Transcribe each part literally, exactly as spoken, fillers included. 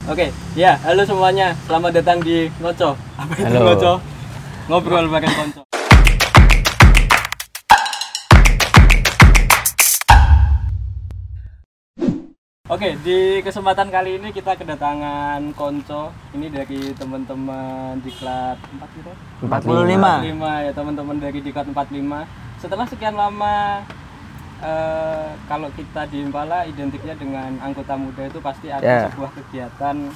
Oke, ya, halo semuanya. Selamat datang di Ngoco. Apa itu Halo. Ngoco? Ngobrol bareng konco. Oke, di kesempatan kali ini kita kedatangan konco. Ini dari teman-teman Diklat empat gitu. empat puluh lima. empat puluh lima ya, teman-teman dari Diklat empat puluh lima. Setelah sekian lama eh, kalau kita di Impala identiknya dengan anggota muda itu pasti ada Yeah. sebuah kegiatan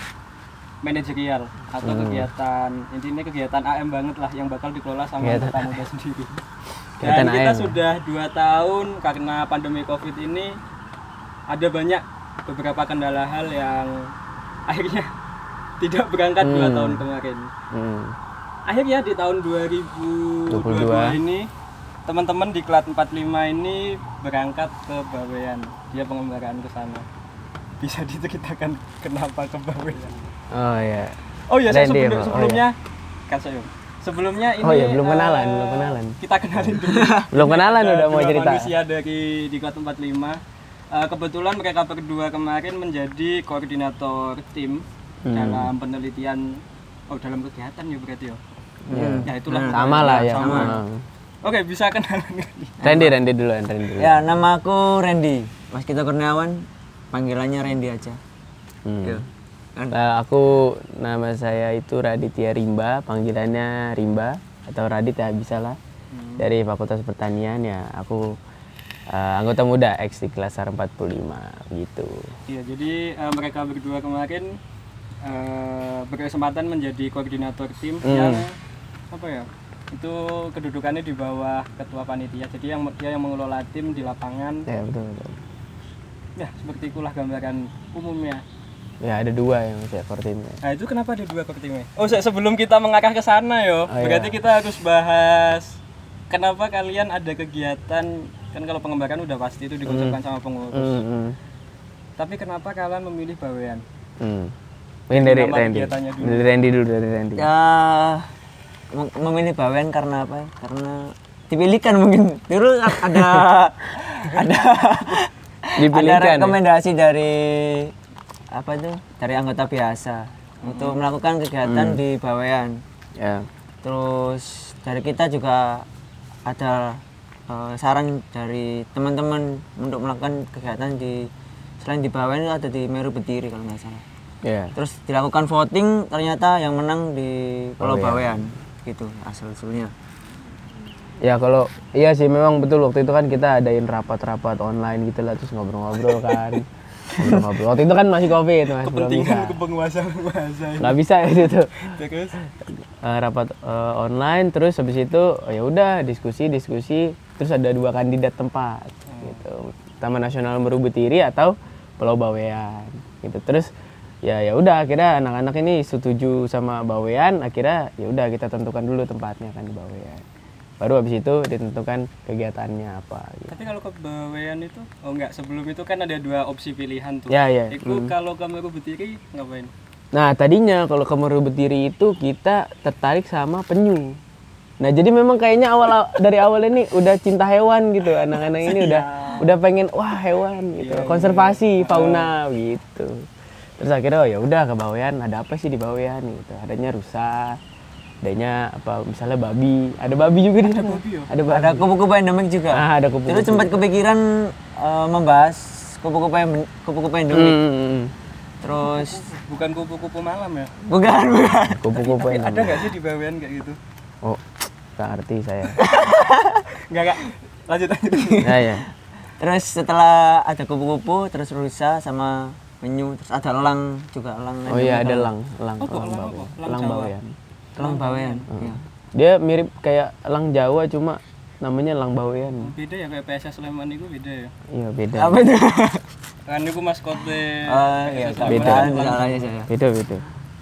manajerial atau Hmm. kegiatan intinya kegiatan A M banget lah yang bakal dikelola sama Kegiatan anggota muda sendiri. Kegiatan Dan kita A M. sudah dua tahun karena pandemi Covid ini ada banyak beberapa kendala hal yang akhirnya tidak berangkat dua Hmm. tahun kemarin. Hmm. Akhirnya di tahun dua ribu dua puluh dua ini teman-teman di Klat empat puluh lima ini berangkat ke Bawean. Dia pengembaraan ke sana. Bisa diceritakan kenapa ke Bawean? Oh ya. Oh iya, saya Randy, sebelum, Pak. sebelumnya kan saya. Sebelumnya ini Oh iya, belum eh, kenalan, belum kenalan. Kita kenalin dulu. Belum kenalan Ada udah mau dua cerita. manusia dari di Klat empat puluh lima. Eh, kebetulan mereka berdua kemarin menjadi koordinator tim Hmm. dalam penelitian oh dalam kegiatan ya berarti ya. Hmm. Ya itulah. Sama lah ya. Sama. Hmm. Oke, bisa kenalan. Randy, Randy duluan, Randy dulu. Ya, nama aku Randy. Mas Kito Kurniawan, panggilannya Randy aja. Hmm. Yo. Kan Eh, aku nama saya itu Raditya Rimba, panggilannya Rimba atau Radit ya bisa lah. Dari Fakultas Pertanian ya. Aku eh, anggota muda X di Klasar empat puluh lima gitu. Iya, jadi eh, mereka berdua kemarin eh, berkesempatan menjadi koordinator tim Hmm. yang apa ya? Itu kedudukannya di bawah ketua panitia. Jadi yang dia yang mengelola tim di lapangan. Ya betul betul. Ya, seperti itulah gambaran umumnya. Ya ada dua yang saya core timnya. Nah, itu kenapa ada dua timnya? Oh, se- sebelum kita mengarah ke sana yo, Oh, berarti iya. kita harus bahas kenapa kalian ada kegiatan, kan kalau pengembaraan udah pasti itu dikonsepkan sama pengurus. Hmm, hmm, Tapi kenapa kalian memilih Bawean? hmm. Mungkin dari Nama Randy. kegiatannya dulu. Dari Randy dulu dari Randy. ya mem- memilih Bawean karena apa? ya? Karena dipilihkan mungkin. Dulu ada ada Dipilihkan, ada ya? rekomendasi dari apa tuh? Dari anggota biasa untuk melakukan kegiatan di Bawean. Ya. Terus dari kita juga ada eh, saran dari teman-teman untuk melakukan kegiatan di selain di Bawean itu ada di Meru Betiri kalau nggak salah. Ya. Terus dilakukan voting, ternyata yang menang di Pulau Bawean. Bawean. Gitu asal-usulnya. Ya kalau iya sih memang betul waktu itu kan kita adain rapat-rapat online gitu lah terus ngobrol-ngobrol kan. Ngobrol-ngobrol. Waktu itu kan masih Covid, Mas, belum bisa. Kepentingan kepenguasaan-penguasaan. Nggak bisa itu tuh. Terus Eh, rapat eh, online terus habis itu oh, ya udah diskusi-diskusi terus ada dua kandidat tempat gitu. Taman Nasional Meru Betiri atau Pulau Bawean gitu. Terus ya ya udah akhirnya anak-anak ini setuju sama Bawean, akhirnya ya udah kita tentukan dulu tempatnya kan di Bawean. Baru habis itu ditentukan kegiatannya apa gitu. tapi kalau ke Bawean itu, oh enggak, sebelum itu kan ada dua opsi pilihan tuh. Ya, ya. Itu kalau ke Meru Betiri ngapain? Nah tadinya kalau ke Meru Betiri itu kita tertarik sama penyu. Nah jadi memang kayaknya awal dari awal ini udah cinta hewan gitu, anak-anak ini udah udah pengen wah hewan gitu, konservasi fauna gitu. Terus akhirnya oh ya udah ke Bawean, ada apa sih di Bawean gitu? Adanya rusa, adanya apa misalnya babi, ada babi juga di sana. babi ya? Ada babi. Ada kupu-kupu endemik juga. Ah, ada kupu-kupu. Itu sempat kepikiran eh, membahas kupu-kupu endemik, kupu-kupu endemik. Hmm, hmm, hmm. Terus Bukan kupu-kupu malam ya? bukan bukan. Kupu-kupu Tapi yang ada nggak sih di Bawean kayak gitu? Oh, nggak ngerti saya. Enggak, enggak. Lanjut lanjut. Ya ya. Terus setelah ada kupu-kupu, terus rusa sama penyu, terus ada elang juga elang. Oh iya ada elang, elang, Oh, kok elang elang Bawean. apa? Elang Elang Jawa? Bawean. Elang Bawean. Iya. Dia mirip kayak elang Jawa cuma namanya elang Bawean. Beda ya kayak P S S Sleman itu beda ya. Iya beda. Apa itu? Kan itu maskote Oh P S iya, S beda. Sleman. Beda salahnya saya. Beda beda.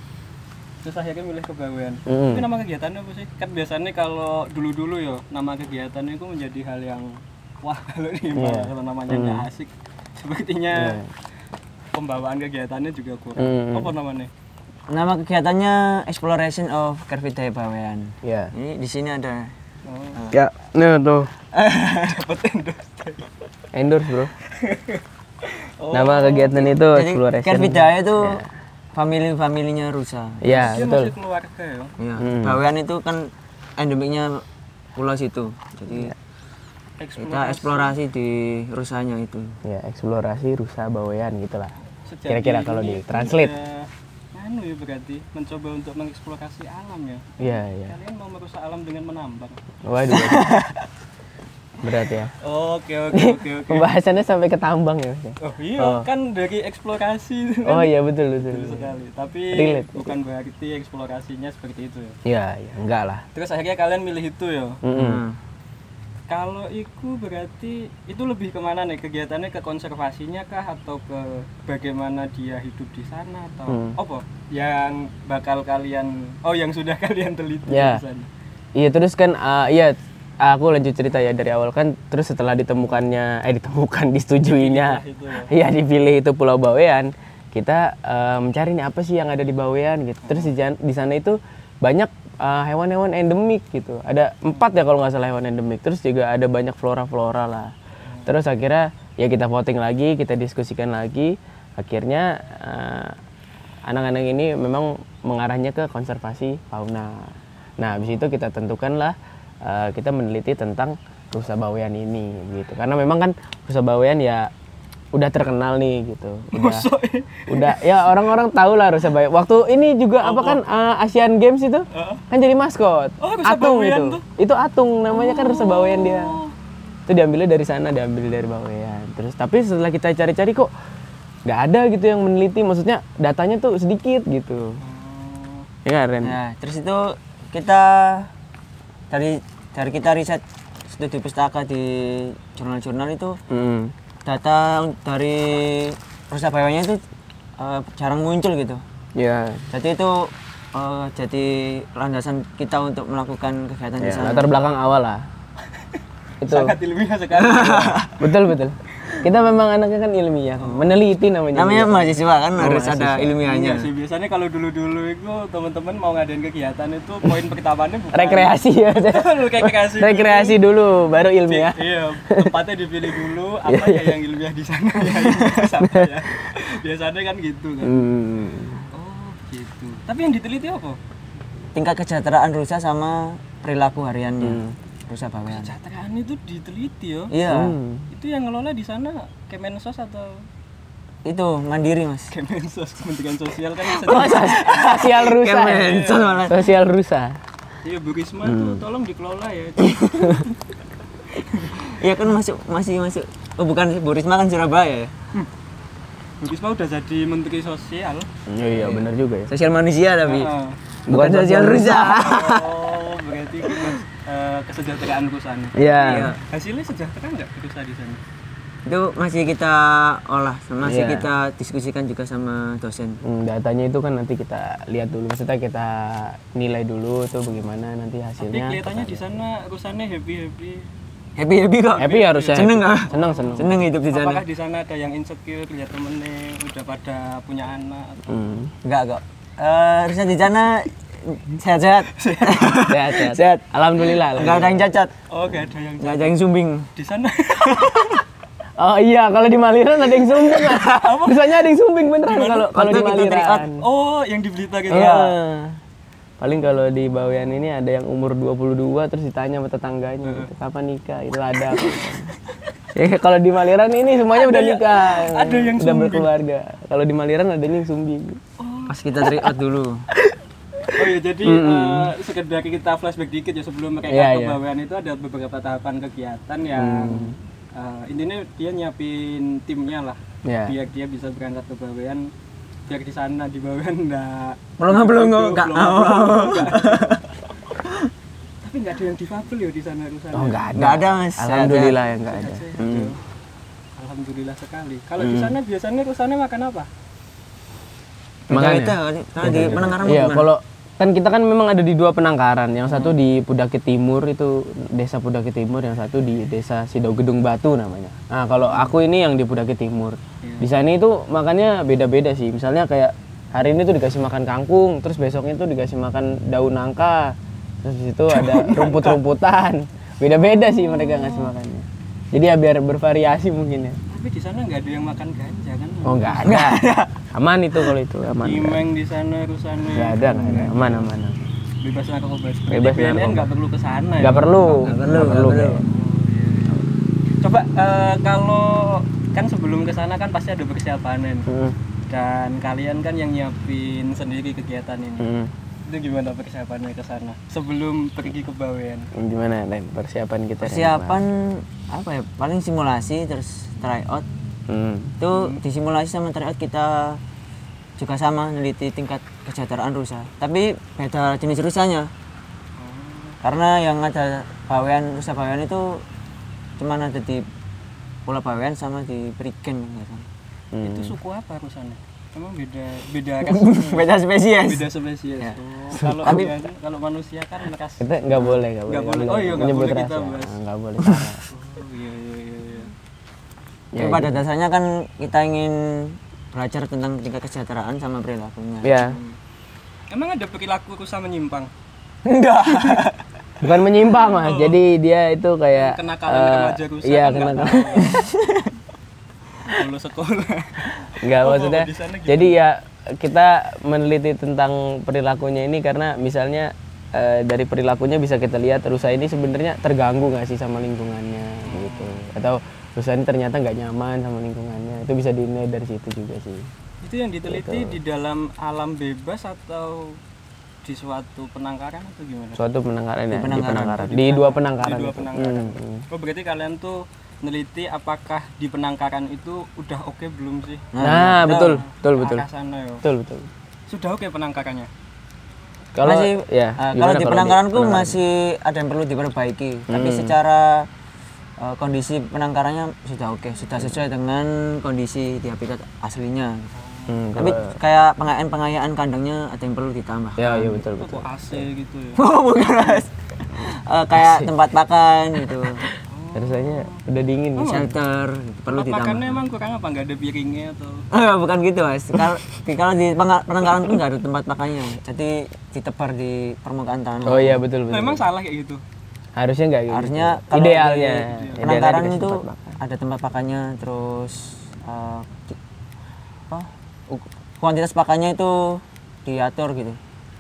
Terus akhirnya milih ke Bawean. Mm. Tapi nama kegiatannya apa sih? Kan biasanya kalau dulu-dulu ya nama kegiatannya itu menjadi hal yang wah kalau ini Iya. kalau namanya nggak asik. Sepertinya Iya. pembawaan kegiatannya juga kurang. Mm. Apa namanya? Nama kegiatannya Exploration of Carvidae Bawean. Iya. Ini di sini ada Oh, Ya, nih tuh. dapat endorse. Endorse, Bro. Oh. Nama kegiatan itu jadi exploration. Carvidae itu family-familinya rusa. Iya, Dia betul. masih keluarga ya. Iya. Hmm. Bawean itu kan endemiknya pulau situ. Jadi kita eksplorasi di rusanya itu. Ya, eksplorasi rusa Bawean gitulah. Sejati Kira-kira kalau ini di-translate. udah anu ya berarti mencoba untuk mengeksplorasi alam ya. Iya, iya. Kalian mau merusak alam dengan menambang. Waduh. waduh. Berat ya. Oke oke oke oke. Pembahasannya sampai ke tambang ya, Mas. ya? Oh iya Oh. kan dari eksplorasi itu kan. Oh iya betul betul. Betul betul. sekali. Tapi Relate. bukan berarti eksplorasinya seperti itu ya. Iya, iya, enggak lah. Terus akhirnya kalian milih itu ya. Mm-mm. Nah, Kalau itu berarti itu lebih kemana nih kegiatannya, ke konservasinya kah atau ke bagaimana dia hidup di sana atau Hmm. apa yang bakal kalian oh yang sudah kalian teliti Ya. di sana. Iya terus kan uh, iya aku lanjut cerita ya dari awal kan terus setelah ditemukannya eh ditemukan disetujuinya Itu ya. iya dipilih itu Pulau Bawean kita uh, mencari nih apa sih yang ada di Bawean gitu terus di, jan- di sana itu banyak uh, hewan-hewan endemik gitu ada empat ya kalau nggak salah hewan endemik terus juga ada banyak flora-flora lah terus akhirnya ya kita voting lagi kita diskusikan lagi akhirnya uh, anak-anak ini memang mengarahnya ke konservasi fauna. Nah, habis itu kita tentukanlah uh, kita meneliti tentang rusa Bawean ini gitu. Karena memang kan rusa Bawean ya udah terkenal nih gitu. Udah, udah ya orang-orang tahu lah rusa Bawean. Waktu ini juga apa kan uh, Asian Games itu kan jadi maskot. Oh, rusa Atung Bawean itu. tuh? Itu Atung namanya kan rusa Bawean dia. Itu diambilnya dari sana, diambil dari Bawean. Terus tapi setelah kita cari-cari kok nggak ada gitu yang meneliti, maksudnya datanya tuh sedikit gitu. Ya kan, Ren? nah, terus itu kita dari dari kita riset studi pustaka di jurnal-jurnal itu Mm. data dari rusa Baweannya itu eh, jarang muncul gitu. Ya, Jadi itu eh, jadi landasan kita untuk melakukan kegiatan di ya, sana. latar belakang awal lah. Itu Sangat ilmiah sekali. betul betul. Kita memang anaknya kan ilmiah, meneliti namanya. Namanya mahasiswa kan harus mahasiswa. ada ilmiahnya. Iya sih, biasanya kalau dulu-dulu itu teman-teman mau ngadain kegiatan itu poin pertamanya bukan Rekreasi ya. Betul, rekreasi. Rekreasi dulu, baru ilmiah. Iya, tempatnya dipilih dulu apa ya yang ilmiah di sana ya. Ilmiah sana ya. Biasanya kan gitu kan. Hmm. Oh, gitu. Tapi yang diteliti apa? Tingkat kesejahteraan rusa sama perilaku hariannya rusa Bawean. Kesejahteraan itu diteliti ya. Iya, Hmm. Itu yang ngelola di sana Kemensos atau itu mandiri mas. Kemensos, Kementerian Sosial kan bisa. Oh, sos- sosial rusa. ya? Kemensos malah. Sosial rusa. Iya, Bu Risma tuh tolong dikelola ya. Iya kan masuk masih masuk. Oh bukan Bu Risma kan Surabaya ya. Bu Risma udah jadi Menteri Sosial. Iya, iya benar juga ya. Sosial manusia tapi Heeh. bukan sosial rusa. Oh, berarti itu mas- eh, kesejahteraan rusanya. Iya. Hasilnya sejahtera nggak rusa di sana? Itu masih kita olah, masih Iya. kita diskusikan juga sama dosen. Hmm, datanya itu kan nanti kita lihat dulu, maksudnya kita nilai dulu tuh bagaimana nanti Tapi hasilnya. kelihatannya di sana rusanya happy happy. Happy happy kok. Happy harusnya. Seneng nggak? Seneng seneng. Seneng hidup di sana. Apakah di sana ada yang insecure lihat temennya udah pada punya anak? Atau... Hmm. Enggak kok. Eh rusa di sana sehat-sehat. Sehat, sehat. Sehat. Alhamdulillah. Enggak ada yang cacat, Oh, gak ada yang enggak ada yang sumbing. di sana. Oh iya, kalau di Maliran ada yang sumbing. Misalnya ada yang sumbing beneran kalau kalau di Waktu kita take out. Maliran. Oh, yang di berita gitu. Iya. Paling kalau di Bawean ini ada yang umur dua puluh dua terus ditanya sama tetangganya gitu, kapan nikah? Itu ada. Ya kalau di Maliran ini semuanya udah ya- nikah. ada yang udah sumbing. berkeluarga. Kalau di Maliran ada yang sumbing. Pas kita take out dulu. Oh iya, jadi eh, sekedar kita flashback dikit ya sebelum mereka Iya, ke iya. Bawean itu ada beberapa tahapan kegiatan yang eh, intinya dia nyiapin timnya lah. Iya. Biar dia bisa berangkat ke Bawean, biar di sana di Bawean enggak Pelongo-pelongo, enggak. Tapi nggak ada yang difabel ya di sana rusanya. Oh enggak ada. Enggak ada, Mas. Alhamdulillah ya enggak ada. Sehat-sehat, Hmm. ya. Alhamdulillah sekali. Kalau di sana biasanya rusanya makan apa? Makanya. Beda-beda, kalau di Penangkaran Iya, gimana? kalau kan kita kan memang ada di dua penangkaran. Yang satu di Pudakit Timur itu desa Pudakit Timur, yang satu di desa Sidau Gedung Batu namanya. Nah, kalau aku ini yang di Pudakit Timur. Di sana itu makannya beda-beda sih. Misalnya kayak hari ini tuh dikasih makan kangkung, terus besoknya tuh dikasih makan daun nangka. Terus di situ ada rumput-rumputan. Beda-beda sih mereka ngasih makannya. Jadi ya biar bervariasi mungkin ya. Tapi di sana nggak ada yang makan ganja kan? Oh, enggak ada. Aman itu kalau itu aman. Imeng di sana rusane. Enggak ada, enggak ada. Aman aman. aman. Bebas narkoba. Bebas B N N narkoba. nggak perlu ke sana. Enggak perlu. Nggak perlu, Nggak nggak perlu. Coba eh, kalau kan sebelum ke sana kan pasti ada persiapanan. Hmm. Dan kalian kan yang nyiapin sendiri kegiatan ini. Hmm. Itu gimana persiapannya ke sana sebelum pergi ke Bawean? Gimana Ren persiapan kita? Ren? Persiapan apa ya? Paling simulasi terus tryout. Hmm. Itu di simulasi sama tryout kita juga sama neliti tingkat kesejahteraan rusa. Tapi beda jenis rusanya. Karena yang ada Bawean, rusa Bawean itu cuma ada di Pulau Bawean sama di Prigen. Hmm. Itu suku apa rusanya? Emang beda beda ras, Beda spesies. beda spesies. Ya. Oh, kalau Tapi- biasa- kalau manusia kan ras. Kita nggak boleh, nggak boleh. Nggak boleh. Oh iya, nggak Menyebut boleh ras kita ya. bahas. Nggak boleh. Sarah. Oh iya iya iya. iya. Tapi pada dasarnya kan kita ingin belajar tentang tingkat kesejahteraan sama perilakunya. Ya, Emang ada perilaku rusa menyimpang? Enggak. bukan menyimpang mas. Jadi dia itu kayak Kenakalan eh, remaja rusa. Iya, kan nggak kenakalan. tahu. Dulu sekolah. Enggak Oh, maksudnya. di sana gitu. Jadi ya kita meneliti tentang perilakunya ini karena misalnya eh, dari perilakunya bisa kita lihat rusa ini sebenarnya terganggu nggak sih sama lingkungannya gitu. Atau rusa ini ternyata nggak nyaman sama lingkungannya. Itu bisa dinilai dari situ juga sih. Itu yang diteliti di dalam alam bebas atau di suatu penangkaran atau gimana? Suatu penangkaran ya, di penangkaran. penangkaran. Di dua penangkaran. Di dua itu. penangkaran. Hmm, hmm. Oh berarti kalian tuh neliti apakah di penangkaran itu udah oke belum sih? Nah, betul, betul, betul. Ke arah sana ya. Betul, betul. Sudah oke penangkarannya? Kalau Masih, ya, eh, gimana kalau di penangkaranku penangkaran? masih ada yang perlu diperbaiki. Tapi Hmm. secara eh, kondisi penangkarannya sudah oke, sudah sesuai dengan kondisi di habitat aslinya. Hmm, Tapi kalau- kayak pengayaan-pengayaan kandangnya ada yang perlu ditambah. ya, iya betul, betul. Kok A C gitu ya? Oh, bukan Mas. Eh, kayak tempat makan gitu, Rasanya udah dingin nih. shelter gitu, perlu Tempat ditambah. makannya emang kurang apa? Nggak ada piringnya atau? Eh, bukan gitu Mas. Kalau di kalau di penga- penangkaran tuh nggak ada tempat makannya, jadi ditebar di permukaan tanah. Oh iya betul, betul. Memang salah kayak gitu. Harusnya enggak gitu. Harusnya kalau idealnya. di Idealnya penangkaran dikasih itu tempat makan. ada tempat makannya, terus eh, di- apa u- kuantitas pakannya itu diatur gitu.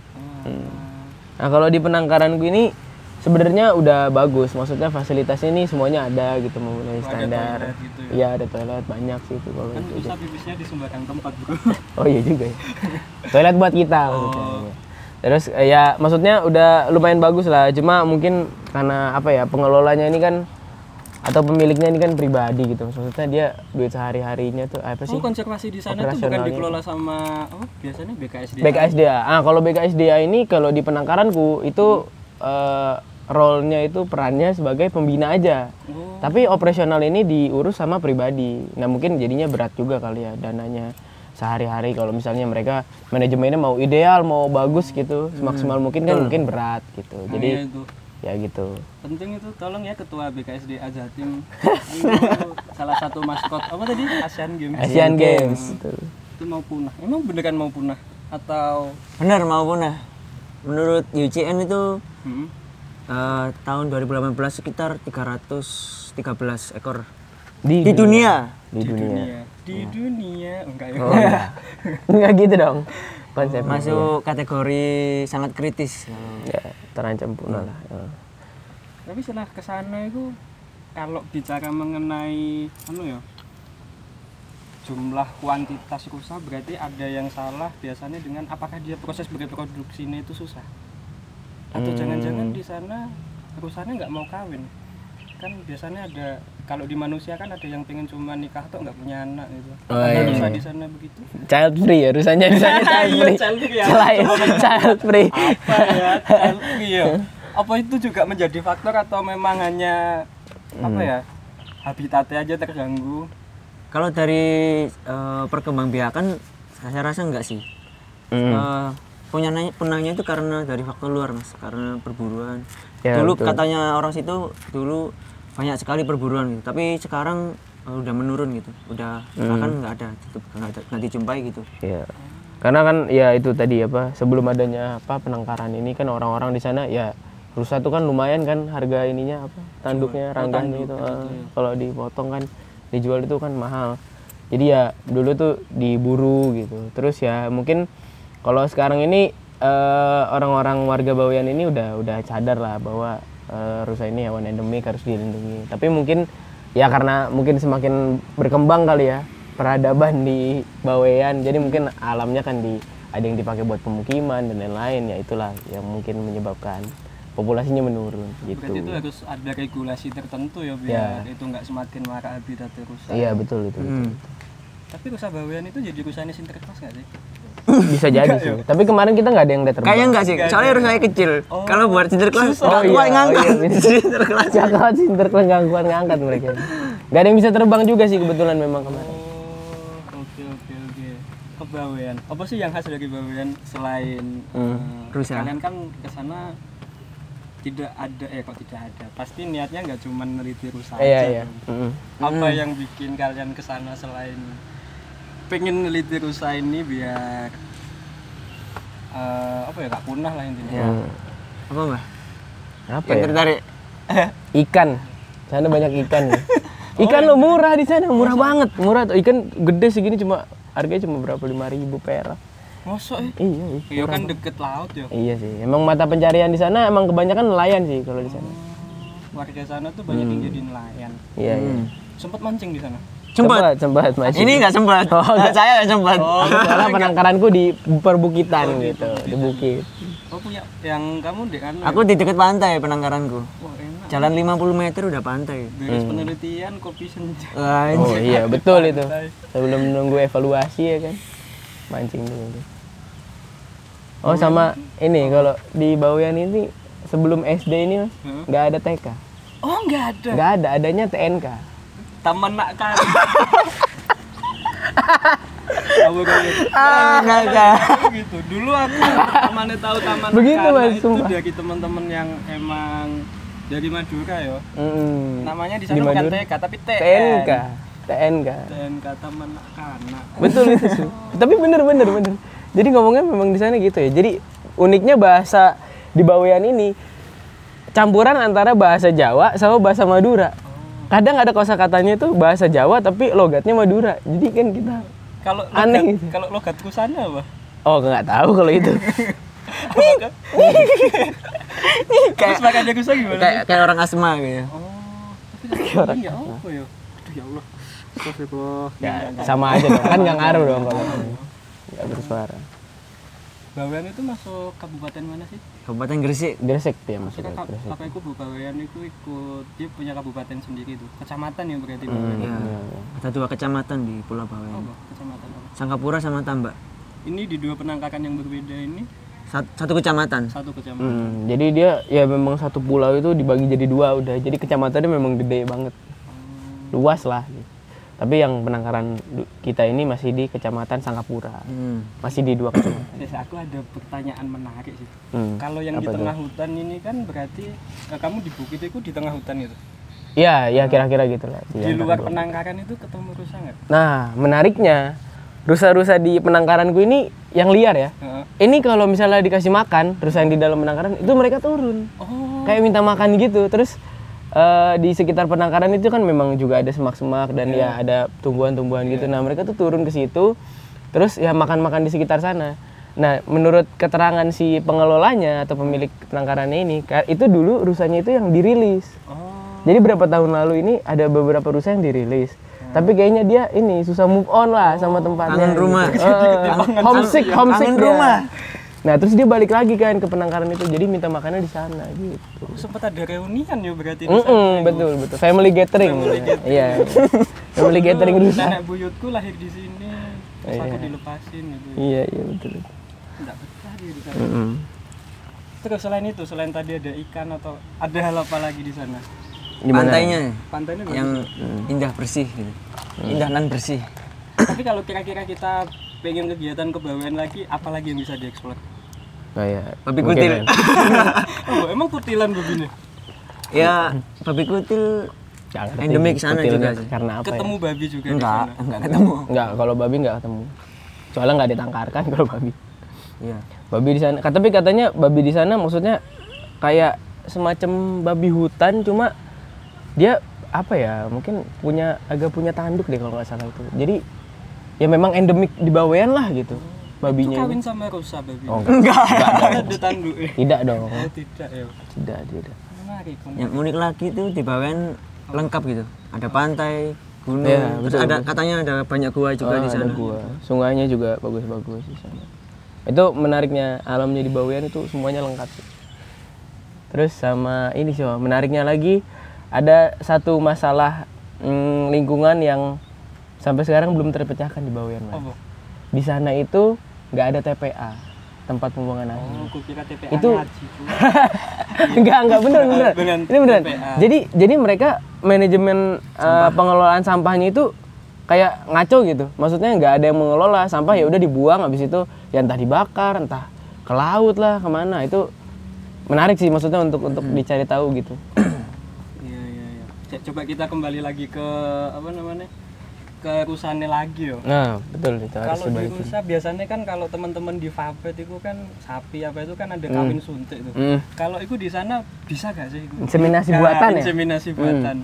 Nah, kalau di penangkaranku ini sebenarnya udah bagus. Maksudnya fasilitasnya ini semuanya ada gitu memenuhi Oh, ada standar. toilet gitu ya? Iya, ada toilet banyak sih itu kalau Kan itu. bisa pipisnya di sembarang tempat bro. Oh iya juga ya. Toilet buat kita maksudnya. Oh. Iya. Terus eh, ya maksudnya udah lumayan bagus lah. Cuma mungkin karena apa ya pengelolanya ini kan atau pemiliknya ini kan pribadi gitu. Maksudnya dia duit sehari-harinya tuh apa sih? Oh konservasi di sana tuh bukan Operasionalnya. dikelola sama apa? Biasanya B K S D. B K S D A. Ah, kalau B K S D A ini kalau di penangkaranku itu eh, role-nya itu perannya sebagai pembina aja. Oh. Tapi operasional ini diurus sama pribadi. Nah, mungkin jadinya berat juga kali ya dananya sehari-hari kalau misalnya mereka manajemennya mau ideal, mau bagus gitu, semaksimal mungkin kan mungkin berat gitu. Nah, Jadi iya itu. ya gitu. Penting itu tolong ya ketua B K S D A Jatim. Itu salah satu maskot apa tadi? Asian Games. Asian Games. Betul. Itu mau punah. Emang beneran mau punah atau Benar mau punah. Menurut U C N itu hmm, eh, tahun dua ribu delapan belas sekitar tiga ratus tiga belas ekor Di, di dunia. Di di dunia. dunia? Di dunia enggak ya? Oh iya. Enggak gitu dong konsepnya. Masuk kategori sangat kritis. Ya, terancam punah lah. Ya. Tapi setelah ke sana itu kalau bicara mengenai anu ya jumlah kuantitas rusa berarti ada yang salah biasanya dengan apakah dia proses berproduksinya itu susah atau Hmm. jangan-jangan di sana rusanya nggak mau kawin kan biasanya ada kalau di manusia kan ada yang pengen cuma nikah atau nggak punya anak gitu Oh, ada iya. rusa di sana begitu Child free ya rusanya di sana child Iya, free. child free ya. Selain child free. apa ya child free ya apa itu juga menjadi faktor atau memang hanya apa ya habitatnya aja terganggu. Kalau dari eh, perkembangbiakan saya rasa enggak sih. Hmm. Eh, punahnya punahnya itu karena dari faktor luar Mas, karena perburuan. Ya, dulu betul. katanya orang situ dulu banyak sekali perburuan gitu, tapi sekarang eh, udah menurun gitu. Udah bahkan enggak ada, tutup enggak ada, enggak dijumpai gitu. Iya. Karena kan ya itu tadi apa sebelum adanya apa penangkaran ini kan orang-orang di sana ya rusa tuh kan lumayan kan harga ininya apa tanduknya rangganya itu eh, kalau dipotong kan dijual itu kan mahal. Jadi ya dulu tuh diburu gitu. Terus ya mungkin kalau sekarang ini uh, orang-orang warga Bawean ini udah udah sadar lah bahwa uh, rusa ini hewan endemik harus dilindungi. Tapi mungkin ya karena mungkin semakin berkembang kali ya peradaban di Bawean, jadi mungkin alamnya kan di ada yang dipakai buat pemukiman dan lain-lain, ya itulah yang mungkin menyebabkan populasinya menurun gitu. Berarti itu harus ada regulasi tertentu ya biar ya. Itu nggak semakin marah habitat rusa. Iya betul itu. Hmm. Betul. Tapi rusa Bawean itu jadi rusanya Sinterklas nggak sih? Bisa jadi sih. Ya? Tapi kemarin kita nggak ada yang udah terbang. Kayaknya nggak sih. Soalnya rusanya kecil. Oh. Kalau buat Sinterklas, oh, iya, ngangkat. Oh, iya, Sinterklas. Jangan Sinterklas nggak kuat ngangkat mereka. Gak ada yang bisa terbang juga sih kebetulan memang kemarin. Oh, oke oke oke. Ke Bawean. Apa sih yang khas dari Bawean selain hmm. uh, rusa? Kalian kan kesana tidak ada eh kok tidak ada. Pasti niatnya nggak cuma neliti rusa iya, aja. Iya. Mm-hmm. Apa mm-hmm. yang bikin kalian kesana selain pengen neliti rusa ini biar uh, apa ya nggak punah lah intinya. Ya. Apa mbak? Apa yang ya? tertarik? Ikan. Sana banyak ikan ya. Ikan oh, lo murah di sana, murah masa? Banget, murah tuh. Ikan gede segini cuma harganya cuma berapa lima ribu perak. Masa eh? Iya, iya. Iya kan deket laut ya. Iya sih. Emang mata pencarian di sana emang kebanyakan nelayan sih kalau di sana. Hmm, warga sana tuh banyak hmm. yang jadi nelayan. Iya, hmm. iya. Sempat mancing di sana? Sempat, sempat mancing. Ini enggak sempat. Oh, enggak. Saya enggak sempat. Oh, soalnya penangkaranku di perbukitan oh, gitu, di bukit. Oh, punya yang kamu di kan? Aku di dekat pantai penangkaranku. Oh, enak. Jalan lima puluh meter udah pantai. Beres hmm. penelitian kopi senja. Oh iya, betul itu. Sebelum menunggu evaluasi ya kan. Mancing dulu. Oh, sama ini kalau di Bawean ini sebelum S D ini Mas, enggak hmm? ada T K. Oh, enggak ada. Enggak ada, adanya T N K. Taman Nak Kan. Kamu kan gitu. Dulu aku mana tahu Taman begitu, Nak Mas, itu sumpah. dari teman-teman yang emang dari Madura ya. Mm. Namanya di sana bukan T K tapi T N. T N K. T N K. T N K Taman Nak Kan. Betul itu sih. Tapi bener bener bener. Jadi ngomongnya memang di sana gitu ya. Jadi uniknya bahasa di Bawean ini campuran antara bahasa Jawa sama bahasa Madura. Kadang ada kosakatanya itu bahasa Jawa tapi logatnya Madura. Jadi kan kita kalau aneh gitu. Kalau logat Rusanya apa? Oh, nggak tahu kalau itu. Terus makan Rusa gimana? Kayak kayak orang asma gitu. Oh, tapi kayak orang ya apa ya? Aduh ya Allah. Astagfirullah. Ya, sama aja dong. Kan nggak ngaruh dong kalau nggak bersuara. Bawean itu masuk kabupaten mana sih? Kabupaten Gresik. Gresik dia masuk ke Gresik. Apa itu Bu Bawean itu ikut dia punya kabupaten sendiri itu. Kecamatan ya berarti Bawean. Hmm, ya. Ada dua kecamatan di Pulau Bawean. Oh, kecamatan apa? Sangkapura sama Tambak. Ini di dua penangkaran yang berbeda ini satu, satu kecamatan. Satu kecamatan. Hmm, jadi dia ya memang satu pulau itu dibagi jadi dua udah. Jadi kecamatannya memang gede banget. Hmm. Luas lah gitu. Tapi yang penangkaran kita ini masih di Kecamatan Sangkapura. Hmm. Masih di dua kecamatan. Yes, aku ada pertanyaan menarik sih. Hmm. Kalau yang Apa di tengah itu? hutan ini kan berarti eh, kamu di bukit itu di tengah hutan itu? Iya, ya kira-kira gitu lah. Di luar penangkaran itu ketemu rusa nggak? Nah, menariknya rusa-rusa di penangkaranku ini yang liar ya. Uh-huh. Ini kalau misalnya dikasih makan, rusa yang di dalam penangkaran itu mereka turun. Oh. Kayak minta makan gitu. Terus Uh, di sekitar penangkaran itu kan memang juga ada semak-semak dan yeah. ya ada tumbuhan-tumbuhan yeah. gitu. Nah mereka tuh turun ke situ, terus ya makan-makan di sekitar sana. Nah menurut keterangan si pengelolanya atau pemilik penangkarannya ini, itu dulu rusanya itu yang dirilis. Oh. Jadi berapa tahun lalu ini ada beberapa rusa yang dirilis. Hmm. Tapi kayaknya dia ini susah move on lah sama tempatnya. Kangen rumah. Gitu. Uh, homesick, homesick kangen rumah. Nah terus dia balik lagi kan ke penangkaran itu, jadi minta makannya di sana gitu. Sempat ada reunian ya berarti di sana. Betul betul. Family gathering. Family gathering. Iya. Family gathering rusa. Nenek buyutku lahir di sini, terus iya. aku dilepasin gitu. Iya iya betul. Enggak betah dia di sana. Mm-hmm. Terus selain itu, selain tadi ada ikan atau ada hal apa lagi di sana? Dimana? Pantainya. Pantainya yang hmm. indah bersih gitu. Hmm. Indah nan bersih. Tapi kalau kira-kira kita pengen kegiatan ke Bawean lagi, apa lagi yang bisa dieksplor? Kayak babi kutil. Oh, emang kutilan babinya? Ya, babi kutil endemik sana juga sih. Karena apa? Ketemu ya? babi juga enggak, di sana? Enggak ketemu. Enggak, kalau babi enggak ketemu. Soalnya enggak ditangkarkan kalau babi. Iya. Babi di sana, tapi katanya babi di sana maksudnya kayak semacam babi hutan cuma dia apa ya? Mungkin punya agak punya tanduk deh kalau nggak salah itu. Jadi ya memang endemik di Bawean lah gitu. Itu Babinya kawin ini. sama rusa babi. Oh, enggak. Enggak. Ada tanduknya. Tidak dong. Oh, tidak ya. Tidak, tidak. Menarik. Yang unik lagi tuh di Bawean lengkap gitu. Ada pantai, gunung, Ya, terus betul, ada betul. katanya ada banyak gua juga Oh, di sana. ada gua. Sungainya juga bagus-bagus di sana. Itu menariknya alamnya di Bawean itu semuanya lengkap sih. Terus sama ini sih, menariknya lagi ada satu masalah mm, lingkungan yang sampai sekarang belum terpecahkan di Bawean, Mas. Apa? Di sana itu nggak ada T P A, tempat pembuangan akhir. Oh, aku kira T P A Itu- ngaji. enggak, enggak bener, bener. Dengan Ini beneran. T P A. Jadi jadi mereka manajemen uh, pengelolaan sampahnya itu kayak ngaco gitu. Maksudnya nggak ada yang mengelola sampah, ya udah dibuang, habis itu ya entah dibakar, entah ke laut lah, kemana. Itu menarik sih maksudnya untuk untuk dicari tahu gitu. Iya, iya, iya. C- Coba kita kembali lagi ke apa namanya? Ke rusane lagi yo. Nah, betul itu harus Kalau di dibalikin. rusa biasanya kan kalau teman-teman di Fabet itu kan sapi apa itu kan ada kawin suntik tuh. Hmm. Kalau itu di sana bisa gak sih? Itu? Inseminasi Ya, buatan ya? Inseminasi buatan.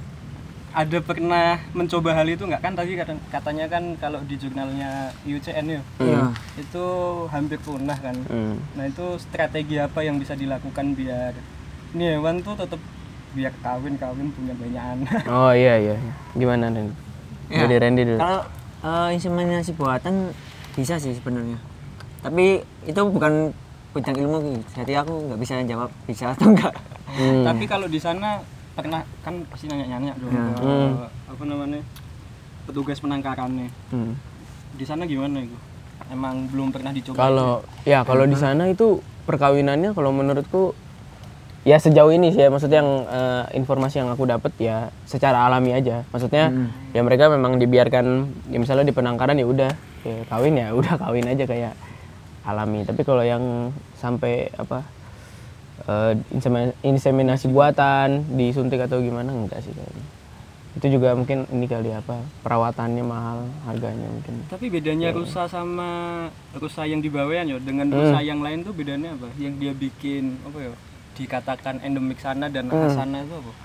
Ada pernah mencoba hal itu nggak kan tadi kata- katanya kan kalau di jurnalnya U C N ya Iya. itu hampir punah kan. Hmm. Nah itu strategi apa yang bisa dilakukan biar ini hewan tuh tetap biar kawin-kawin punya banyak anak. Oh iya iya. Gimana Ren? Ya, Jadi Randy dulu. Kalau eh, inseminasi buatan bisa sih sebenarnya. Tapi itu bukan bidang ilmu gitu. Jadi aku nggak bisa jawab bisa atau enggak. Hmm. Tapi kalau di sana pernah kan pasti nanya-nanya dong Ya. ke Hmm. apa namanya petugas penangkarannya. Hmm. Di sana gimana itu? Emang belum pernah dicoba? Kalau ya kalau di sana itu perkawinannya kalau menurutku ya sejauh ini sih ya, maksudnya yang eh, informasi yang aku dapat ya secara alami aja. Maksudnya ya mereka memang dibiarkan ya misalnya di penangkaran ya udah ya kawin ya udah kawin aja kayak alami. Tapi kalau yang sampai apa eh, insemi- inseminasi buatan disuntik atau gimana enggak sih kayaknya. Itu juga mungkin ini kali apa perawatannya mahal, harganya mungkin. Tapi bedanya rusa sama rusa yang di Bawean ya dengan rusa yang lain tuh bedanya apa? Yang dia bikin apa ya? Dikatakan endemik sana dan khas sana itu apa?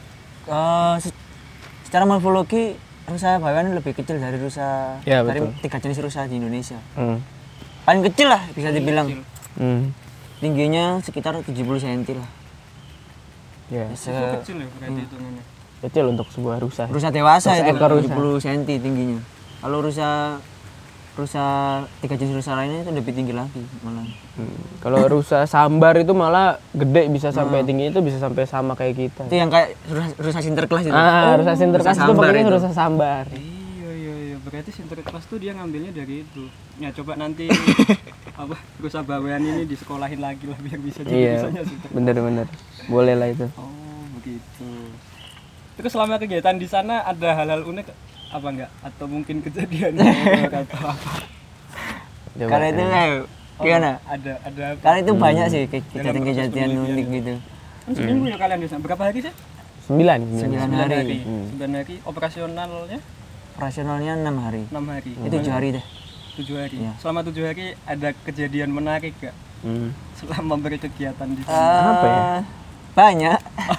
Eh, se- secara morfologi rusa Bawean lebih kecil dari rusa Ya, dari betul. tiga jenis rusa di Indonesia. Hmm. Paling kecil lah bisa dibilang. Kecil. Hmm. Tingginya sekitar tujuh puluh sentimeter lah. Ya, Se- Itu kecil ya berarti hitungannya. kecil untuk sebuah rusa. rusa dewasa itu Seekor rusa. tujuh puluh sentimeter tingginya. Kalau rusa rusa tiga jenis rusa lainnya itu lebih tinggi lagi malah. Hmm. Kalau rusa sambar itu malah gede, bisa sampai tingginya itu bisa sampai sama kayak kita. Itu yang kayak rusa, rusa Sinterklas itu. Ah, rusa sinterklas rusa itu sambar pakainya itu. rusa sambar. Iya iya iya berarti sinterklas tuh dia ngambilnya dari itu. Ya coba nanti apa rusa Bawean ini disekolahin lagi lah biar bisa jadi Iya, rusanya sinterklas. bener-bener. Boleh lah itu. Oh begitu. Terus selama kegiatan di sana ada hal-hal unik apa enggak? Atau mungkin kejadian atau apa? Coba, Kalau itu eh. kayak gimana? Ada ada. Kalau itu banyak sih ke- Dalam kejadian-kejadian proses penelitian unik ya. gitu. Kan seminggu ya kalian di sana. Berapa hari sih? Sembilan, Sembilan sembilan. Sembilan hari. hari. Sembilan hari. Operasionalnya Operasionalnya enam hari. enam hari. Itu tujuh hari deh. Tujuh hari. Iya. Selama tujuh hari ada kejadian menarik gak? Hmm. Selama berkegiatan di Eh, sana. Apa ya? Banyak.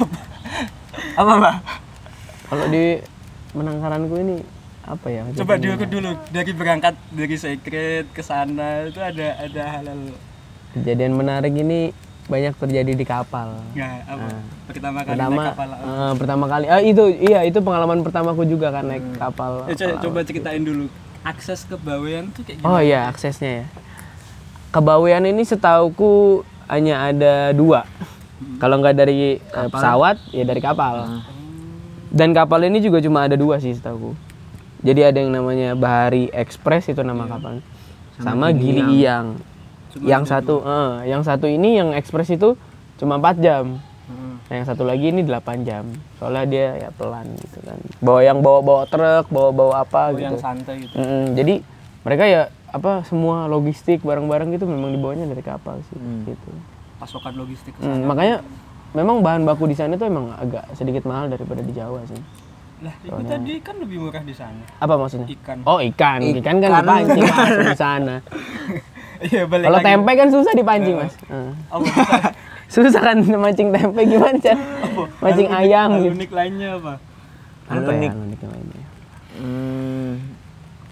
Apa, Mbak? Kalau di Menangkaranku ini apa ya? Coba kejadiannya? diurut dulu dari berangkat dari Secret ke sana itu ada ada hal-hal Kejadian menarik ini banyak terjadi di kapal. ya apa? Pertama kali Pertama, naik kapal. eh, pertama kali, ah itu iya itu pengalaman pertamaku juga kan naik kapal. Eh, co- kapal coba laut. ceritain dulu akses ke Bawean tuh kayak gimana? Oh iya aksesnya ya. Ke Bawean ini setauku hanya ada dua. Kalau nggak dari eh, pesawat ya dari kapal. Dan kapal ini juga cuma ada dua sih setauku. Jadi ada yang namanya Bahari Express itu nama kapalnya. Sama, Gili Iyang. Yang satu, eh, yang satu ini yang Express itu cuma empat jam. Hmm. Nah, yang satu lagi ini delapan jam. Soalnya dia ya pelan gitu kan. Bawa yang bawa-bawa truk, bawa-bawa apa Oh, gitu. yang santai gitu. Mm-mm. Jadi mereka ya apa semua logistik barang-barang gitu memang dibawanya dari kapal sih gitu. Pasokan logistik ke Mm, sana. makanya memang bahan baku di sana itu emang agak sedikit mahal daripada di Jawa sih. Lah, itu tadi kan lebih murah di sana. Apa maksudnya? Ikan. Oh, ikan. Ikan kan dipancing masuk di sana. Iya, balik Kalau lagi. tempe kan susah dipancing, Mas. Heeh. Oh, bisa. Susah kan mancing tempe gimana, Chan? Mancing Hal unik- ayam hal gitu. unik lainnya apa? Apa ya hal unik yang lainnya? Hmm,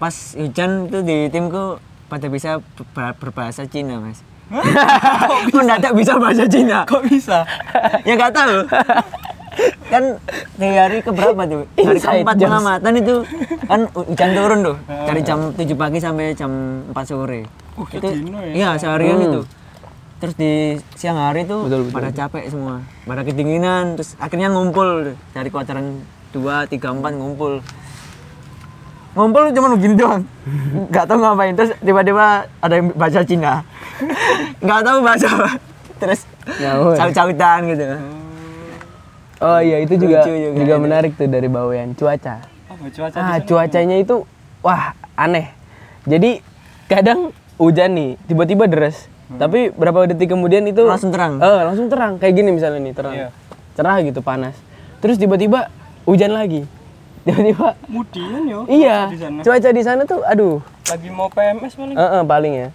pas hujan tuh di timku pada bisa ber- berbahasa Cina mas. Mendadak bisa bahasa Cina. Kok bisa? Ya nggak tahu. Kan dari hari keberapa tuh? Hari Inside keempat jokes. pengamatan itu kan hujan turun tuh. Dari jam tujuh pagi sampai jam empat sore. Oh, Itu sedino ya? iya seharian Hmm. itu. Terus di siang hari tuh Betul, betul, pada capek semua, pada kedinginan, terus akhirnya ngumpul dari kuarteran dua, tiga, empat ngumpul. Ngumpul cuma begini doang, nggak tahu ngapain. Terus tiba-tiba ada yang bahasa Cina, nggak tahu bahasa apa. Terus Ngawur. caut-cautan gitu. Oh iya itu juga Lucu juga juga itu. menarik tuh dari bawean cuaca. Oh, cuaca Ah, di sana cuacanya itu wah aneh. Jadi kadang hujan nih, tiba-tiba deres. Tapi berapa detik kemudian itu Langsung terang. Eh, langsung terang. Kayak gini misalnya nih, terang. Iya. Cerah gitu, panas. Terus tiba-tiba hujan lagi. Tiba-tiba Kemudian yo. iya, Di sana. cuaca di sana tuh aduh. Lagi mau P M S paling. Eh, eh, paling ya.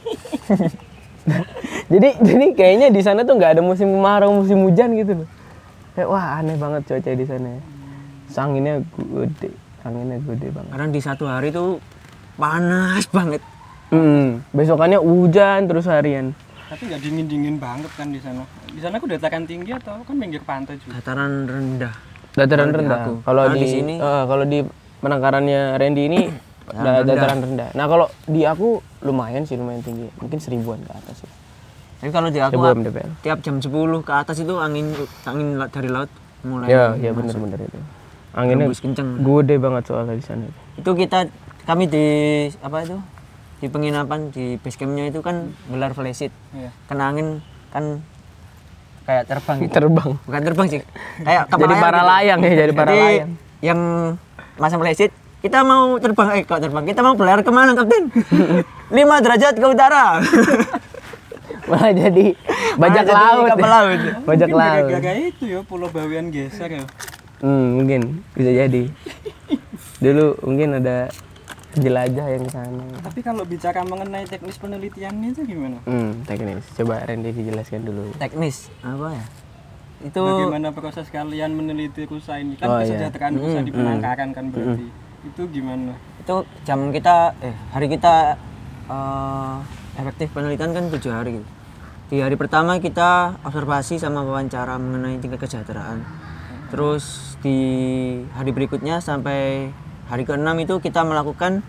jadi jadi kayaknya di sana tuh nggak ada musim kemarau, musim hujan gitu loh. Kayak wah aneh banget cuaca di sana. Terus anginnya gede, anginnya gede banget. Karena di satu hari tuh panas banget. Hmm, besokannya hujan terus harian. Tapi nggak dingin-dingin banget kan di sana. Di sana aku dataran tinggi atau kan pinggir pantai juga. Dataran rendah. Dataran Kalau di rendah. aku. Kalau Kalau di, di sini- eh, kalau di penangkarannya Randy ini da- dataran rendah. Nah kalau di aku lumayan sih, lumayan tinggi. Mungkin seribuan ke atas ya. Tapi kalau di aku Seribu M D P L. tiap jam sepuluh ke atas itu angin angin la- dari laut mulai Ya, ya benar-benar itu. Anginnya Hembus kenceng. gede banget soalnya di sana. Itu kita kami di apa itu? Di penginapan di base campnya itu kan gelar flysheet. Iya. Kena angin kan kayak terbang gitu. Terbang. Bukan terbang sih. Kayak kapal Jadi layar para gitu. layang ya, jadi para Jadi, layang. yang masang flysheet kita mau terbang eh kok terbang kita mau berlayar kemana kapten? lima derajat ke utara. Malah jadi bajak jadi laut. kapal ya. laut. Bajak Mungkin laut. gara-gara itu ya Pulau Bawean geser ya. Hmm, mungkin bisa jadi. Dulu mungkin ada jelajah yang ke sana. Tapi kalau bicara mengenai teknis penelitiannya itu gimana? Hmm, teknis. Coba Randy dijelaskan dulu. Teknis apa ya? Itu Bagaimana proses kalian meneliti rusa ini? Kan Oh, iya. kesejahteraan rusa di penangkaran kan berarti. Itu gimana? itu jam kita eh hari kita eh, efektif penelitian kan tujuh hari gitu. Di hari pertama kita observasi sama wawancara mengenai tingkat kesejahteraan. Terus di hari berikutnya sampai hari keenam itu kita melakukan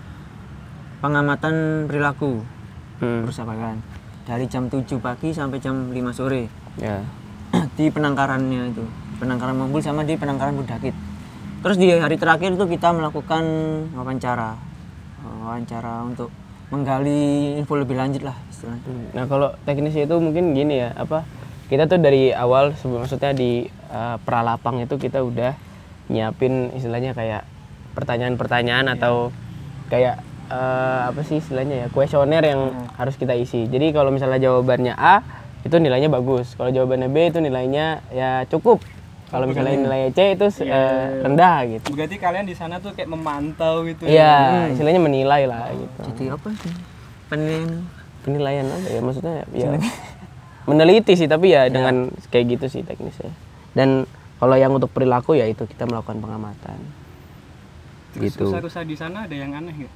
pengamatan perilaku Hmm, rusa bawean dari jam tujuh pagi sampai jam lima sore ya. di penangkarannya itu, penangkaran Mombul sama di penangkaran Budakit. Terus di hari terakhir itu kita melakukan wawancara, wawancara untuk menggali info lebih lanjut lah istilahnya. Nah kalau teknisnya itu mungkin gini ya, apa kita tuh dari awal sebelum maksudnya di uh, pralapang itu kita udah nyiapin istilahnya kayak pertanyaan-pertanyaan atau kayak uh, apa sih istilahnya ya kuesioner yang harus kita isi. Jadi kalau misalnya jawabannya A itu nilainya bagus, kalau jawabannya B itu nilainya ya cukup. Kalau misalnya nilainya C itu uh, rendah gitu. Berarti kalian di sana tuh kayak memantau gitu Iya, istilahnya menilai lah gitu. Jadi apa sih penilaian? Penilaian apa ya maksudnya ya meneliti sih tapi ya dengan kayak gitu sih teknisnya. Dan kalau yang untuk perilaku ya itu kita melakukan pengamatan. Terus Gitu. rusa-rusa di sana ada yang aneh nggak?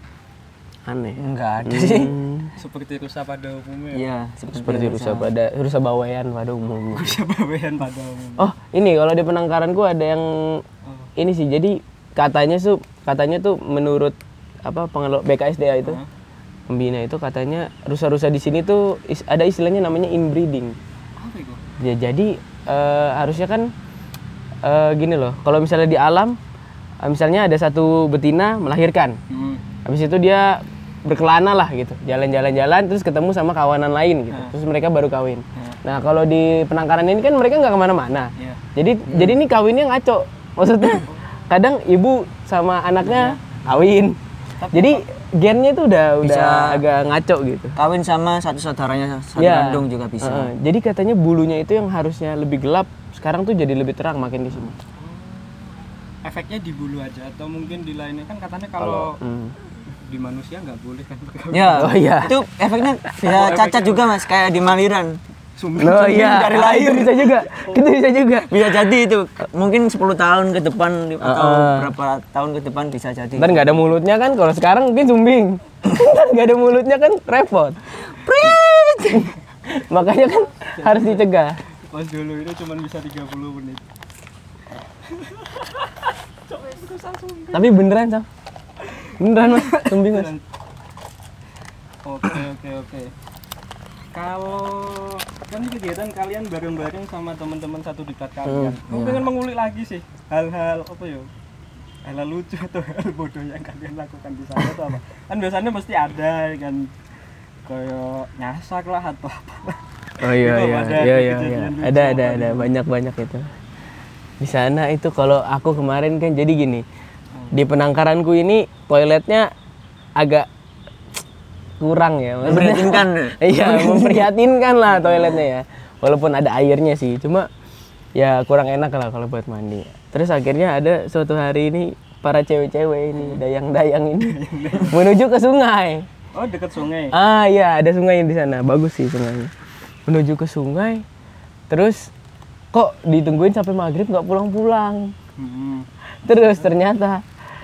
Aneh. Enggak ada sih. Hmm, Seperti rusa pada umumnya. Iya, seperti rusa pada rusa bawean pada umumnya. Rusa Bawean pada umumnya. Oh, ini kalau di penangkaranku ada yang ini sih. Jadi katanya tuh katanya tuh menurut apa pengelola B K S D A itu pembina itu katanya rusa-rusa di sini tuh is- ada istilahnya namanya inbreeding. Apa itu? Ya jadi eh, harusnya kan eh, gini loh. Kalau misalnya di alam eh, misalnya ada satu betina melahirkan. Hmm. Habis itu dia berkelana lah gitu, jalan-jalan-jalan terus ketemu sama kawanan lain gitu, terus mereka baru kawin. Nah kalau di penangkaran ini kan mereka nggak kemana-mana, Iya. jadi jadi ini kawinnya ngaco, maksudnya kadang ibu sama anaknya kawin, jadi gennya itu udah udah Bisa- agak ngaco gitu. Kawin sama satu saudaranya satu Ya. kandung juga bisa. Heeh. Jadi katanya bulunya itu yang harusnya lebih gelap, sekarang tuh jadi lebih terang makin di sini. Efeknya di bulu aja atau mungkin di lainnya kan katanya kalau Hmm. di manusia nggak boleh kan berkawin. Ya, Oh, iya. itu efeknya bisa cacat juga mas, kayak di Maliran. sumbing. Oh iya, dari lahir. itu bisa juga. Itu bisa juga. Bisa jadi itu mungkin sepuluh tahun ke depan atau Uh-uh. berapa tahun ke depan bisa jadi. Ntar nggak ada mulutnya kan, kalau sekarang mungkin sumbing. Ntar nggak ada mulutnya kan repot. Makanya kan harus dicegah. Pas dulu itu cuma bisa tiga puluh menit. Tapi beneran, Sam. Beneran Mas, sumbing Mas. Oke oke oke. Kalau kan ini kegiatan kalian bareng-bareng sama teman-teman satu dekat kalian. Hmm, Aku pengen mengulik lagi sih hal-hal apa ya? Hal lucu atau hal bodoh yang kalian lakukan di sana atau apa? Kan biasanya mesti ada kan kayak nyasak lah atau apa. Oh iya Itu iya ada iya iya, kejadian iya. lucu Ada apa ada ada gitu? banyak-banyak itu. Di sana itu kalau aku kemarin kan jadi gini. Di penangkaranku ini toiletnya agak kurang ya. maksudnya. Memprihatinkan. Iya, memprihatinkan lah toiletnya ya. Walaupun ada airnya sih, cuma ya kurang enak lah kalau buat mandi. Terus akhirnya ada suatu hari ini para cewek-cewek ini, dayang-dayang ini menuju ke sungai. Oh, dekat sungai. Ah iya, ada sungai di sana. Bagus sih sungainya. Menuju ke sungai. Terus kok ditungguin sampai maghrib nggak pulang-pulang. Hmm. Terus ternyata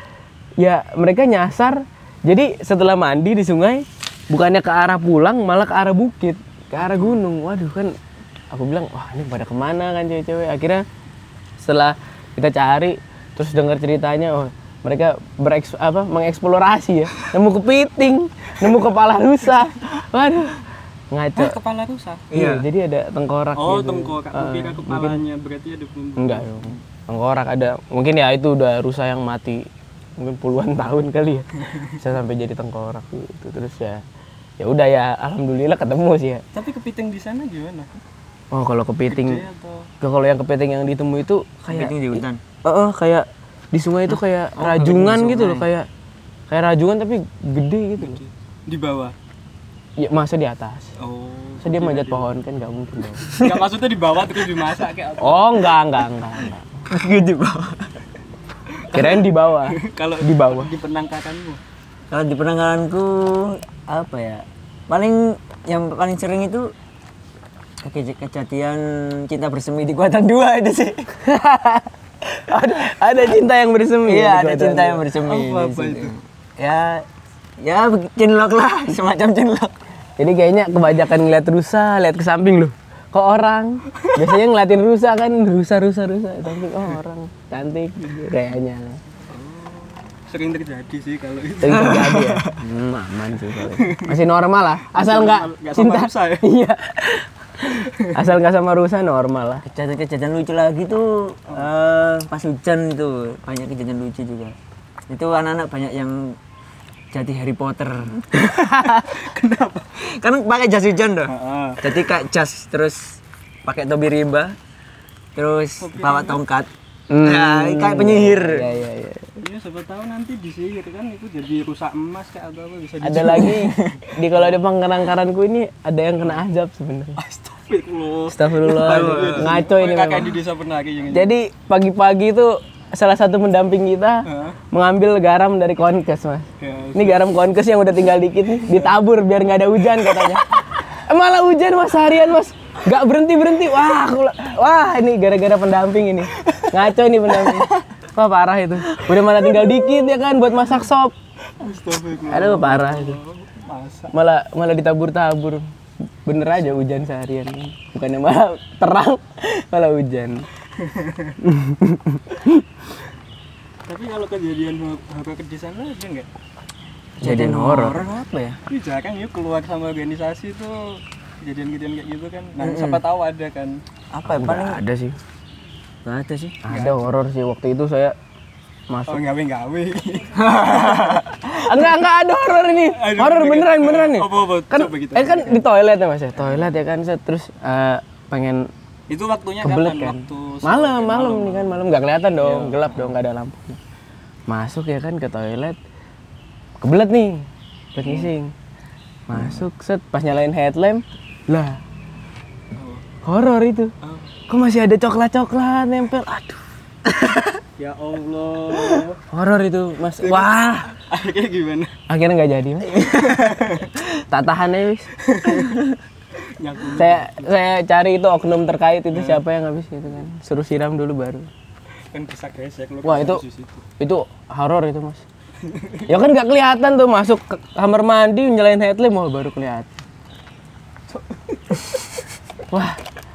ya mereka nyasar. Jadi setelah mandi di sungai, bukannya ke arah pulang, malah ke arah bukit, ke arah gunung. Waduh kan, aku bilang, wah ini pada kemana kan cewek-cewek. Akhirnya setelah kita cari, terus dengar ceritanya, oh mereka bereks apa mengeksplorasi ya, nemu kepiting, nemu kepala rusa. Waduh, ngaco. Ah, kepala rusa. Iya, jadi ada tengkorak. Oh, gitu. tengkorak. Aku Ah, kira kepalanya berarti ada bumbu. Enggak dong. Tengkorak ada. Mungkin ya itu udah rusa yang mati mungkin puluhan tahun kali ya. Bisa sampai jadi tengkorak gitu. Terus ya ya udah ya alhamdulillah ketemu sih ya. Tapi kepiting di sana gimana? Oh, kalau kepiting Gede atau kalau yang kepiting yang ditemui itu kayak Kepiting di hutan. Heeh, kayak di sungai itu kayak Oh, rajungan kepiting di gitu loh, sungai. kayak kayak rajungan tapi gede gitu loh. di bawah? Ya masa di atas. Oh. Masa dia manjat pohon kan nggak mungkin dong. Enggak maksudnya di bawah terus dimasak kayak apa? Oh, enggak, enggak, enggak, enggak. Gitu, Bang. Kirain di bawah. Kalau Di bawah. di penangkaranmu. Kalau di penangkaranku apa ya? Paling yang paling sering itu keje- kejadian cinta bersemi di Kuatan dua itu sih. ada ada cinta yang bersemi. Iya, di ada Kuatan cinta dua. yang bersemi. Apa- di apa situ. itu? Ya, ya cinlok lah, semacam cinlok. Jadi kayaknya kebanyakan ngeliat rusa, lihat ke samping loh. Kok orang? Biasanya ngeliatin rusa kan, rusa rusa rusa. Tapi oh orang cantik gitu kayaknya. Sering terjadi sih kalau itu. Sering terjadi ya. Hmm, aman sih soalnya. Masih normal lah. Asal nggak Nggak sama cinta. rusa ya? Iya. Asal nggak sama rusa normal lah. Kejadian-kejadian lucu lagi tuh eh, pas hujan itu banyak kejadian lucu juga. Itu anak-anak banyak yang jadi Harry Potter. Kenapa? Kan pakai jas hujan dong. Heeh. Jadi kayak jas terus pakai topi rimba, terus bawa tongkat. Hmm. Nah, kayak penyihir. Iya iya iya. Iya, siapa tahu nanti disihir kan itu jadi rusak emas kayak apa apa bisa Ada dijual. lagi di kalau ada pengerang-karangku ini ada yang kena azab sebenarnya. Astagfirullah. Astagfirullah. Ngaco ini Kakak memang. di desa penari yang ini. Jadi pagi-pagi itu salah satu pendamping kita Hah? mengambil garam dari konkes mas. Ya, Ini garam konkes yang udah tinggal dikit nih, ditabur biar nggak ada hujan katanya. Eh, malah hujan mas seharian mas, nggak berhenti berhenti. Wah, aku, wah ini gara-gara pendamping ini. Ngaco ini pendamping. Wah parah itu. Udah malah tinggal dikit ya kan buat masak sop. Astagfirullah. Aduh parah itu. Masa. Malah malah ditabur-tabur. Bener aja hujan seharian. Bukannya malah terang, malah hujan. Tapi kalau kejadian horor di sana ada nggak? Kejadian horor. apa ya? Ini jarang ya keluar sama organisasi tuh kejadian-kejadian kayak gitu kan. Nah, siapa tahu ada kan. Apa ya? Nggak Paling ada sih. nggak ada sih. Ada horor sih waktu itu saya Oh, masuk. gawe-gawe. Enggak enggak ada horor ini. Ada Horor bener beneran kan? beneran nih. Apa-apa? Kan Coba kita. eh kan di toilet ya Mas ya. Toilet ya kan saya terus eh, pengen Itu waktunya kebelet kapan? kan. Waktu Malam, malam nih kan malam nggak kelihatan dong, Iya. gelap dong, nggak ada lampu. Masuk ya kan ke toilet. Kebelet nih. Buat ngising. Masuk set pas nyalain headlamp. Lah, Oh. horor itu. Oh. Kok masih ada coklat-coklat nempel. Aduh. Ya Allah. Horor itu, Mas. Wah. Akhirnya gimana? Akhirnya nggak jadi, Mas. Tak tahan ya, wis. saya saya cari itu oknum terkait itu siapa yang habis gitu kan. Suruh siram dulu baru. Kan bisa gesek lu. Wah, itu itu horor itu, Mas. Ya kan nggak kelihatan tuh masuk ke kamar mandi nyalain headlamp oh, baru kelihatan. Wah.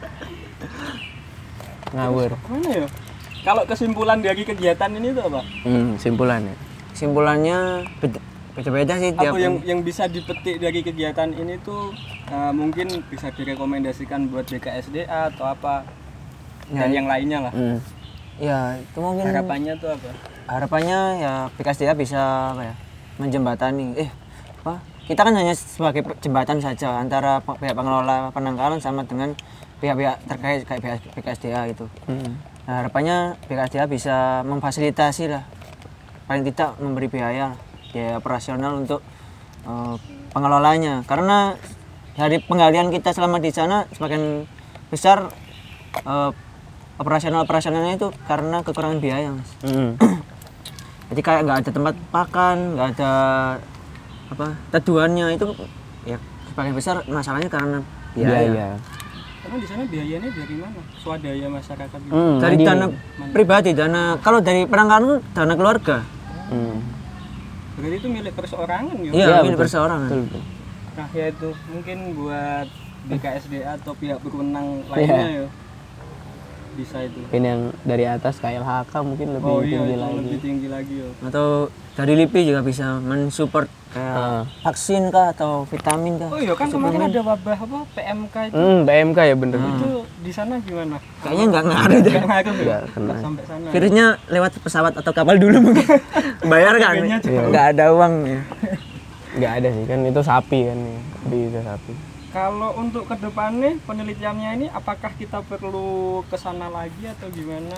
Ngawur. Mana ya? Kalau kesimpulan dari kegiatan ini itu apa? Hmm, simpulannya. Simpulannya beda- beda-beda sih tiap Apa yang yang bisa dipetik dari kegiatan ini tuh uh, mungkin bisa direkomendasikan buat B K S D A atau apa dan Ya, yang lainnya lah. Hmm. ya itu mungkin Harapannya tuh apa? harapannya ya B K S D A bisa apa ya menjembatani eh apa kita kan hanya sebagai pe- jembatan saja antara pe- pihak pengelola penangkaran sama dengan pihak-pihak terkait kayak B K S D A itu. Hmm. Nah, harapannya B K S D A bisa memfasilitasi lah paling tidak memberi biaya biaya operasional untuk eh, pengelolanya karena dari penggalian kita selama di sana semakin besar eh, operasional operasionalnya itu karena kekurangan biaya Mas. Hmm. Jadi kayak nggak ada tempat pakan, nggak ada apa teduhannya itu ya sebagian besar masalahnya karena biaya. Biaya. Karena di sana biayanya dari mana? Swadaya masyarakat gitu. Hmm, Dari mandiri. dana pribadi, dana kalau dari penangkaran dana keluarga. Hmm. Berarti itu milik perseorangan gitu. Iya, Iya, milik betul. perseorangan. Betul, betul. Nah, ya itu mungkin buat B K S D A atau pihak berwenang lainnya ya. Bisa itu. Mungkin yang dari atas K L H K mungkin lebih Oh iya, tinggi itu lagi. lebih tinggi lagi ya. Atau dari L I P I juga bisa mensupport kayak Ah. vaksin kah atau vitamin kah. Oh iya kan kemarin ada wabah apa P M K itu. Hmm, B M K ya bener. Itu di sana gimana? Kayaknya nggak ngaruh deh. Nggak ngaruh ya? Nggak kena. Nggak sampai sana. Virusnya lewat pesawat atau kapal dulu mungkin. Bayar kan? Harganya jauh. Nggak ada uang ya. Nggak ada sih kan itu sapi kan nih. Lebih ke sapi. Kalau untuk kedepannya penelitiannya ini apakah kita perlu ke sana lagi atau gimana?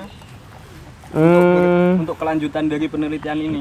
Hmm, Untuk kelanjutan dari penelitian ini.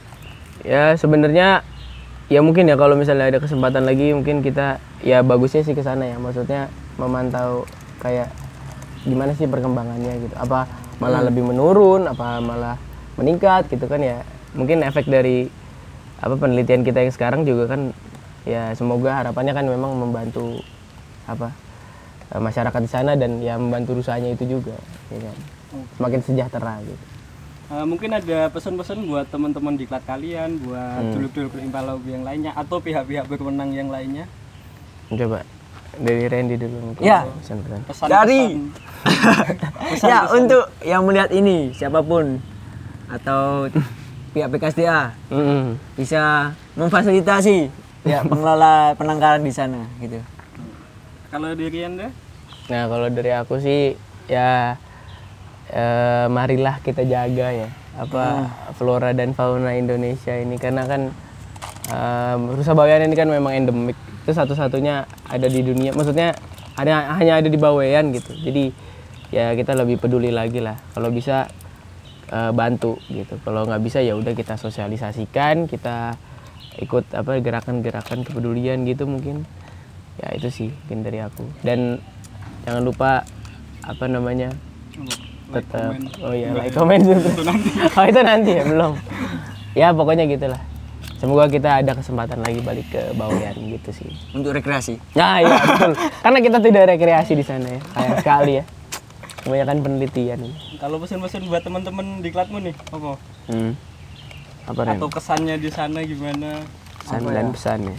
ya sebenarnya ya mungkin ya kalau misalnya ada kesempatan lagi mungkin kita ya bagusnya sih ke sana ya. Maksudnya memantau kayak gimana sih perkembangannya gitu. Apa malah lebih menurun, apa malah meningkat gitu kan ya. Mungkin efek dari apa penelitian kita yang sekarang juga kan ya semoga harapannya kan memang membantu apa eh, masyarakat di sana dan ya membantu usahanya itu juga ya kan. Semakin sejahtera gitu. Uh, mungkin ada pesan-pesan buat teman-teman di klat kalian, buat Hmm. dulur-dulur Impalawi yang lainnya atau pihak-pihak berwenang yang lainnya. Coba dari Randy dulu mungkin. Ya. Pesan-pesan. Pesan-pesan. Dari Pesan-pesan. ya untuk yang melihat ini siapapun atau pihak B K S D A Mm-mm. bisa memfasilitasi ya pengelola penangkaran di sana gitu. Kalau dari Anda? Nah kalau dari aku sih ya eh, marilah kita jaga ya apa flora dan fauna Indonesia ini karena kan eh, rusa bawean ini kan memang endemik itu satu-satunya ada di dunia maksudnya ada hanya ada di Bawean gitu jadi ya kita lebih peduli lagi lah kalau bisa eh, bantu gitu kalau nggak bisa ya udah kita sosialisasikan kita ikut apa gerakan-gerakan kepedulian gitu mungkin ya itu sih mungkin dari aku dan jangan lupa apa namanya Like, tetap comment. oh ya like comment juga oh itu nanti ya belum ya pokoknya gitulah semoga kita ada kesempatan lagi balik ke Bawean gitu sih Untuk rekreasi. nah iya betul karena kita tidak rekreasi di sana ya sayang sekali ya kebanyakan penelitian Kalau pesan-pesan buat teman-teman di klatmu nih, apa? hmm. apa Ren? Atau kesannya di sana gimana? pesan apa dan ya? pesan ya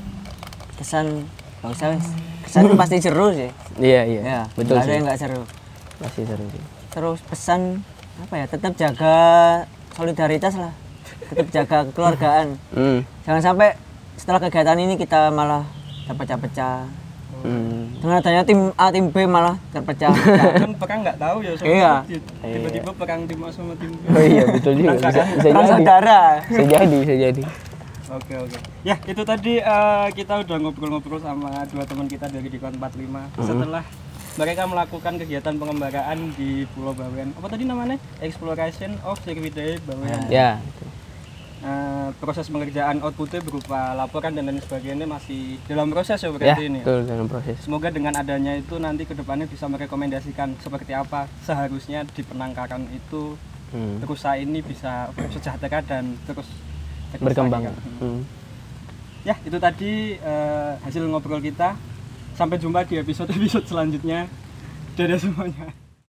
Kesan nggak usah wes. Kesan pasti seru sih. iya iya Ya, betul nggak ada sih yang nggak seru. pasti seru sih Terus pesan apa ya? Tetap jaga solidaritas lah. Tetap jaga kekeluargaan. hmm. Jangan sampai setelah kegiatan ini kita malah terpecah-pecah. Hmm. Dengan adanya tim A, tim B malah terpecah. Kan perang nggak tahu ya sama Iya. tiba-tiba perang tim A sama tim B. oh iya betul juga bisa bisa Perang jadi saudara. bisa jadi bisa jadi Oke oke. Ya itu tadi eh, kita udah ngobrol-ngobrol sama dua teman kita dari Diklat empat puluh lima setelah mereka melakukan kegiatan pengembaraan di Pulau Bawean. Apa tadi namanya? Exploration of Sriwijaya Bawean. ya Eh, proses pengerjaan outputnya berupa laporan dan lain sebagainya masih dalam proses ya ya berarti ini. betul dalam proses Semoga dengan adanya itu nanti kedepannya bisa merekomendasikan seperti apa seharusnya di penangkaran itu hmm. rusa ini bisa sejahtera dan terus berkembang terlestarikan. hmm. Ya itu tadi eh, hasil ngobrol kita. Sampai jumpa di episode-episode selanjutnya. Dadah semuanya.